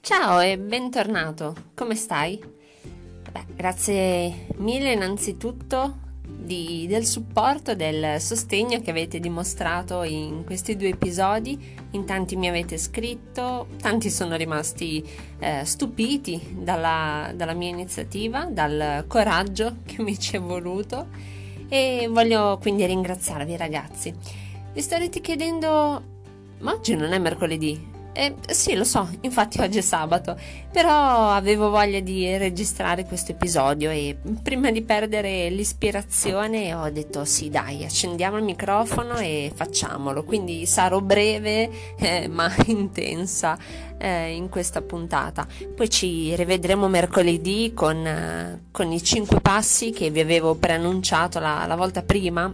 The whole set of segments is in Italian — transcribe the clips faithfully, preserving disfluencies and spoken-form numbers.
Ciao e bentornato, come stai? Beh, grazie mille innanzitutto di- del supporto, del sostegno che avete dimostrato in questi due episodi. In tanti mi avete scritto, tanti sono rimasti eh, stupiti dalla, dalla mia iniziativa, dal coraggio che mi ci è voluto e voglio quindi ringraziarvi ragazzi. Vi starete chiedendo, ma oggi non è mercoledì? Eh, sì, lo so, infatti oggi è sabato, però avevo voglia di registrare questo episodio e prima di perdere l'ispirazione ho detto sì dai, accendiamo il microfono e facciamolo, quindi sarò breve eh, ma intensa eh, in questa puntata. Poi ci rivedremo mercoledì con, eh, con i cinque passi che vi avevo preannunciato la, la volta prima.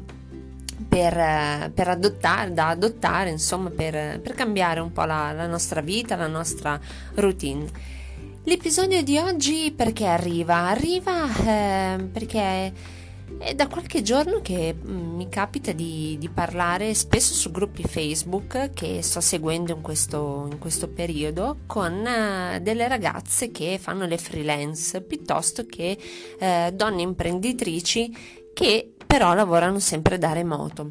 Per, per adottare, da adottare, insomma, per, per cambiare un po' la, la nostra vita, la nostra routine. L'episodio di oggi perché arriva? Arriva eh, perché è da qualche giorno che mm, mi capita di, di parlare spesso su gruppi Facebook che sto seguendo in questo, in questo periodo con eh, delle ragazze che fanno le freelance piuttosto che eh, donne imprenditrici che però lavorano sempre da remoto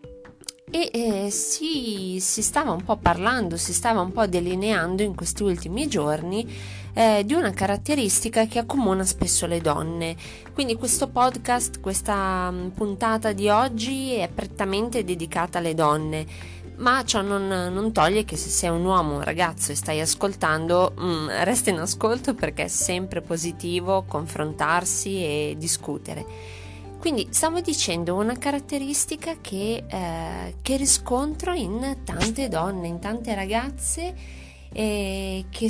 e eh, si, si stava un po' parlando, si stava un po' delineando in questi ultimi giorni eh, di una caratteristica che accomuna spesso le donne. Quindi questo podcast, questa mh, puntata di oggi è prettamente dedicata alle donne, ma ciò non, non toglie che se sei un uomo, un ragazzo e stai ascoltando, mh, resta in ascolto perché è sempre positivo confrontarsi e discutere. Quindi stavo dicendo una caratteristica che, eh, che riscontro in tante donne, in tante ragazze eh, che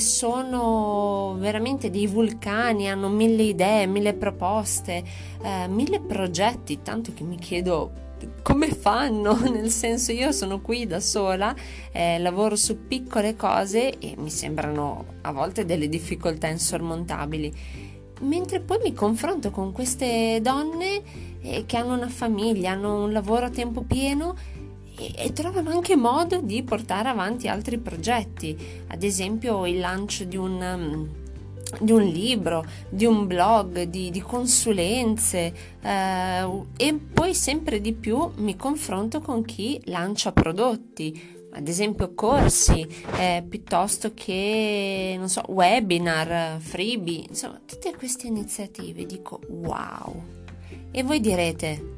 sono veramente dei vulcani, hanno mille idee, mille proposte, eh, mille progetti, tanto che mi chiedo come fanno, nel senso io sono qui da sola, eh, lavoro su piccole cose e mi sembrano a volte delle difficoltà insormontabili. Mentre poi mi confronto con queste donne eh, che hanno una famiglia, hanno un lavoro a tempo pieno e, e trovano anche modo di portare avanti altri progetti, ad esempio il lancio di un, um, di un libro, di un blog, di, di consulenze eh, e poi sempre di più mi confronto con chi lancia prodotti, ad esempio corsi, eh, piuttosto che, non so, webinar, freebie, insomma, tutte queste iniziative, dico wow. E voi direte,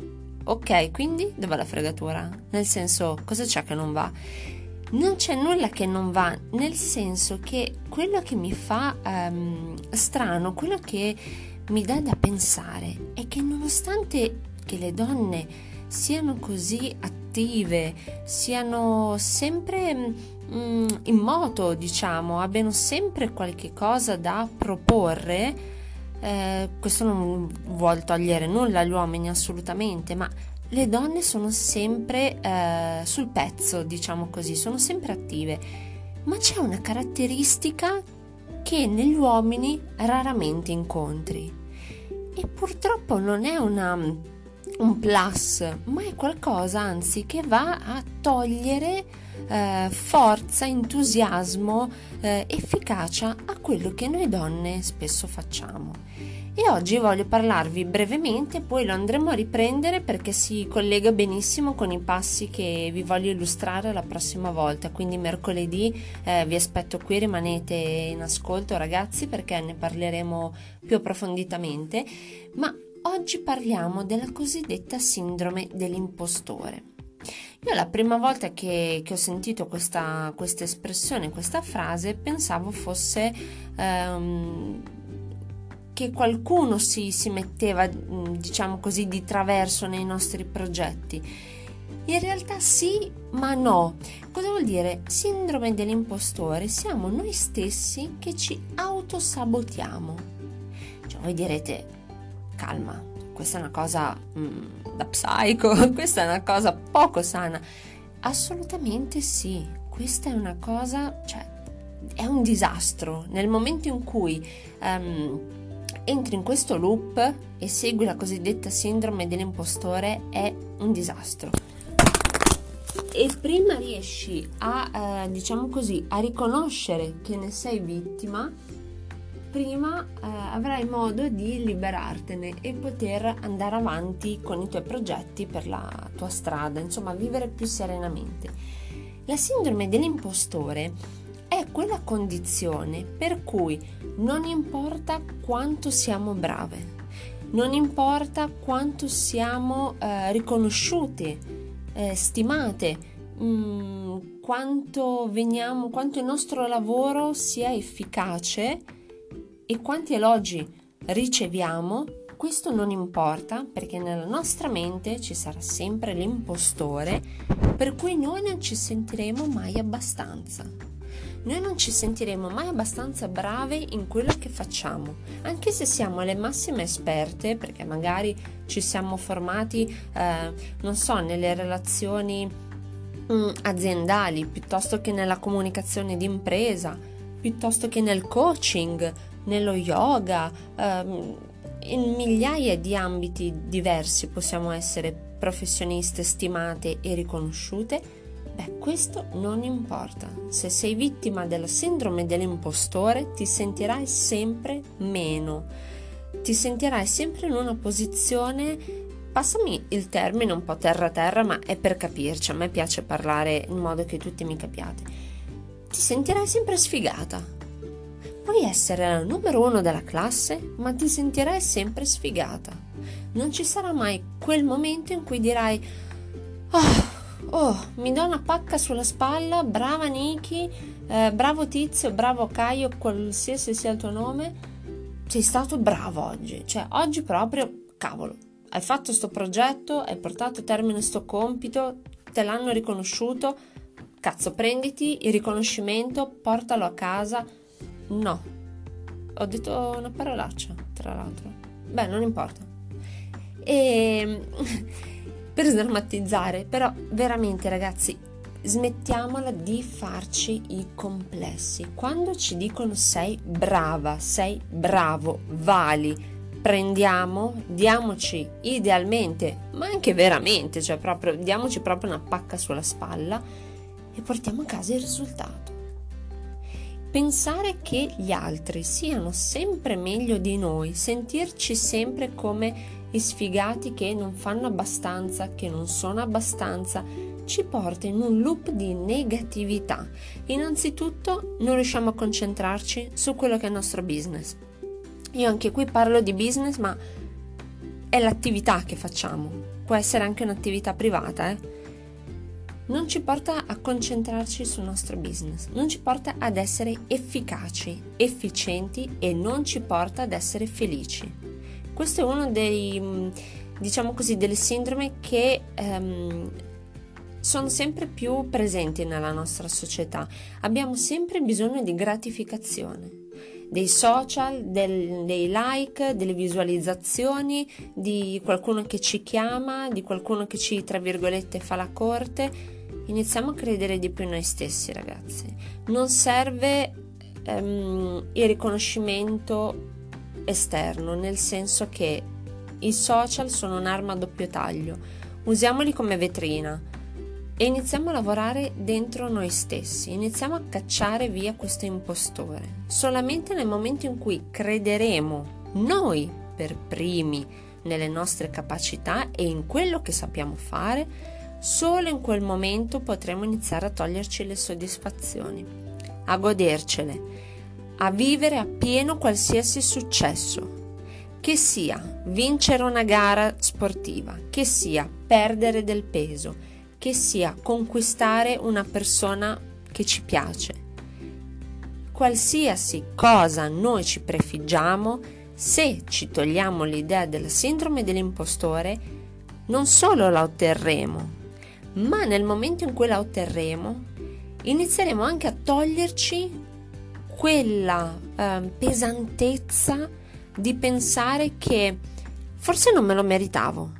ok, quindi dov'è la fregatura? Nel senso, cosa c'è che non va? Non c'è nulla che non va, nel senso che quello che mi fa um, strano, quello che mi dà da pensare è che nonostante che le donne siano così attive, siano sempre mm, in moto, diciamo, abbiano sempre qualche cosa da proporre, eh, questo non vuol togliere nulla agli uomini assolutamente, ma le donne sono sempre eh, sul pezzo, diciamo così, sono sempre attive, ma c'è una caratteristica che negli uomini raramente incontri e purtroppo non è una un plus, ma è qualcosa anzi che va a togliere eh, forza, entusiasmo, eh, efficacia a quello che noi donne spesso facciamo. E oggi voglio parlarvi brevemente, poi lo andremo a riprendere perché si collega benissimo con i passi che vi voglio illustrare la prossima volta, quindi mercoledì eh, vi aspetto qui, rimanete in ascolto ragazzi perché ne parleremo più approfonditamente, ma oggi parliamo della cosiddetta sindrome dell'impostore. Io la prima volta che, che ho sentito questa, questa espressione, questa frase, pensavo fosse ehm, che qualcuno si, si metteva, diciamo così, di traverso nei nostri progetti. In realtà sì, ma no. Cosa vuol dire? Sindrome dell'impostore, siamo noi stessi che ci autosabotiamo. Cioè, voi direte, calma, questa è una cosa mm, da psico, questa è una cosa poco sana. Assolutamente sì, questa è una cosa, cioè, è un disastro. Nel momento in cui um, entri in questo loop e segui la cosiddetta sindrome dell'impostore, è un disastro. E prima riesci a, eh, diciamo così, a riconoscere che ne sei vittima, prima eh, avrai modo di liberartene e poter andare avanti con i tuoi progetti per la tua strada, insomma, vivere più serenamente. La sindrome dell'impostore è quella condizione per cui non importa quanto siamo brave, non importa quanto siamo eh, riconosciute, eh, stimate, mh, quanto veniamo, quanto il nostro lavoro sia efficace e quanti elogi riceviamo, questo non importa, perché nella nostra mente ci sarà sempre l'impostore, per cui noi non ci sentiremo mai abbastanza. Noi non ci sentiremo mai abbastanza brave in quello che facciamo, anche se siamo le massime esperte, perché magari ci siamo formati, eh, non so, nelle relazioni mh, aziendali, piuttosto che nella comunicazione d'impresa, piuttosto che nel coaching, nello yoga, ehm, in migliaia di ambiti diversi possiamo essere professioniste stimate e riconosciute. Beh, questo non importa. Se sei vittima della sindrome dell'impostore, ti sentirai sempre meno. Ti sentirai sempre in una posizione, passami il termine un po' terra-terra, ma è per capirci, a me piace parlare in modo che tutti mi capiate. Ti sentirai sempre sfigata. Puoi essere la numero uno della classe, ma ti sentirai sempre sfigata. Non ci sarà mai quel momento in cui dirai oh, oh, mi do una pacca sulla spalla, brava Niki, eh, bravo Tizio, bravo Caio, qualsiasi sia il tuo nome, sei stato bravo oggi, cioè oggi proprio, cavolo, hai fatto sto progetto, hai portato a termine sto compito, te l'hanno riconosciuto, cazzo, prenditi il riconoscimento, portalo a casa. No, ho detto una parolaccia, tra l'altro, beh, non importa. E per sdrammatizzare, però veramente ragazzi, smettiamola di farci i complessi. Quando ci dicono sei brava, sei bravo, vali, prendiamo, diamoci idealmente, ma anche veramente, cioè proprio diamoci proprio una pacca sulla spalla e portiamo a casa il risultato. Pensare che gli altri siano sempre meglio di noi, sentirci sempre come i sfigati che non fanno abbastanza, che non sono abbastanza, ci porta in un loop di negatività. Innanzitutto non riusciamo a concentrarci su quello che è il nostro business. Io anche qui parlo di business, ma è l'attività che facciamo, può essere anche un'attività privata, eh? Non ci porta a concentrarci sul nostro business, non ci porta ad essere efficaci, efficienti e non ci porta ad essere felici. Questo è uno dei, diciamo così, delle sindrome che ehm, sono sempre più presenti nella nostra società. Abbiamo sempre bisogno di gratificazione, dei social, del, dei like, delle visualizzazioni, di qualcuno che ci chiama, di qualcuno che ci, tra virgolette, fa la corte. Iniziamo a credere di più in noi stessi, ragazzi. Non serve um, il riconoscimento esterno, nel senso che i social sono un'arma a doppio taglio. Usiamoli come vetrina e iniziamo a lavorare dentro noi stessi. Iniziamo a cacciare via questo impostore. Solamente nel momento in cui crederemo noi per primi nelle nostre capacità e in quello che sappiamo fare, solo in quel momento potremo iniziare a toglierci le soddisfazioni, a godercele, a vivere appieno qualsiasi successo, che sia vincere una gara sportiva, che sia perdere del peso, che sia conquistare una persona che ci piace. Qualsiasi cosa noi ci prefiggiamo, se ci togliamo l'idea della sindrome dell'impostore, non solo la otterremo, ma nel momento in cui la otterremo inizieremo anche a toglierci quella eh, pesantezza di pensare che forse non me lo meritavo.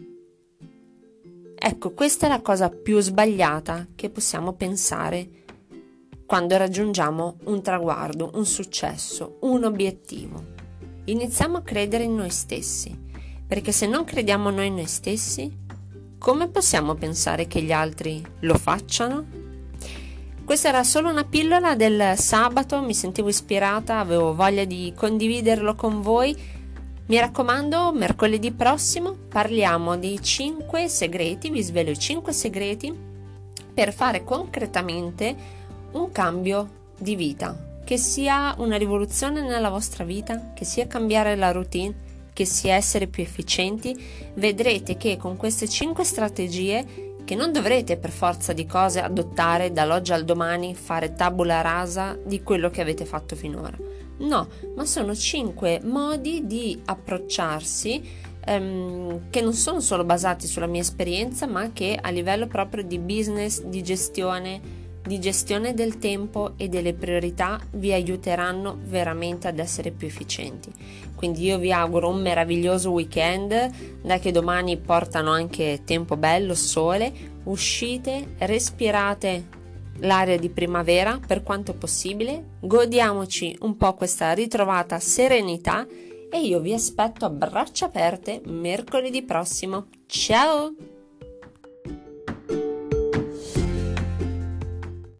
Ecco, questa è la cosa più sbagliata che possiamo pensare quando raggiungiamo un traguardo, un successo, un obiettivo. Iniziamo a credere in noi stessi, perché se non crediamo noi in noi stessi, come possiamo pensare che gli altri lo facciano? Questa era solo una pillola del sabato, mi sentivo ispirata, avevo voglia di condividerlo con voi. Mi raccomando, mercoledì prossimo parliamo di cinque segreti, vi svelo i cinque segreti per fare concretamente un cambio di vita. Che sia una rivoluzione nella vostra vita, che sia cambiare la routine, che sia essere più efficienti, vedrete che con queste cinque strategie, che non dovrete per forza di cose adottare dall'oggi al domani, fare tabula rasa di quello che avete fatto finora. No, ma sono cinque modi di approcciarsi ehm, che non sono solo basati sulla mia esperienza, ma che a livello proprio di business, di gestione, di gestione del tempo e delle priorità vi aiuteranno veramente ad essere più efficienti. Quindi io vi auguro un meraviglioso weekend, da che domani portano anche tempo bello, sole, uscite, respirate l'aria di primavera per quanto possibile, godiamoci un po' questa ritrovata serenità e io vi aspetto a braccia aperte mercoledì prossimo. Ciao!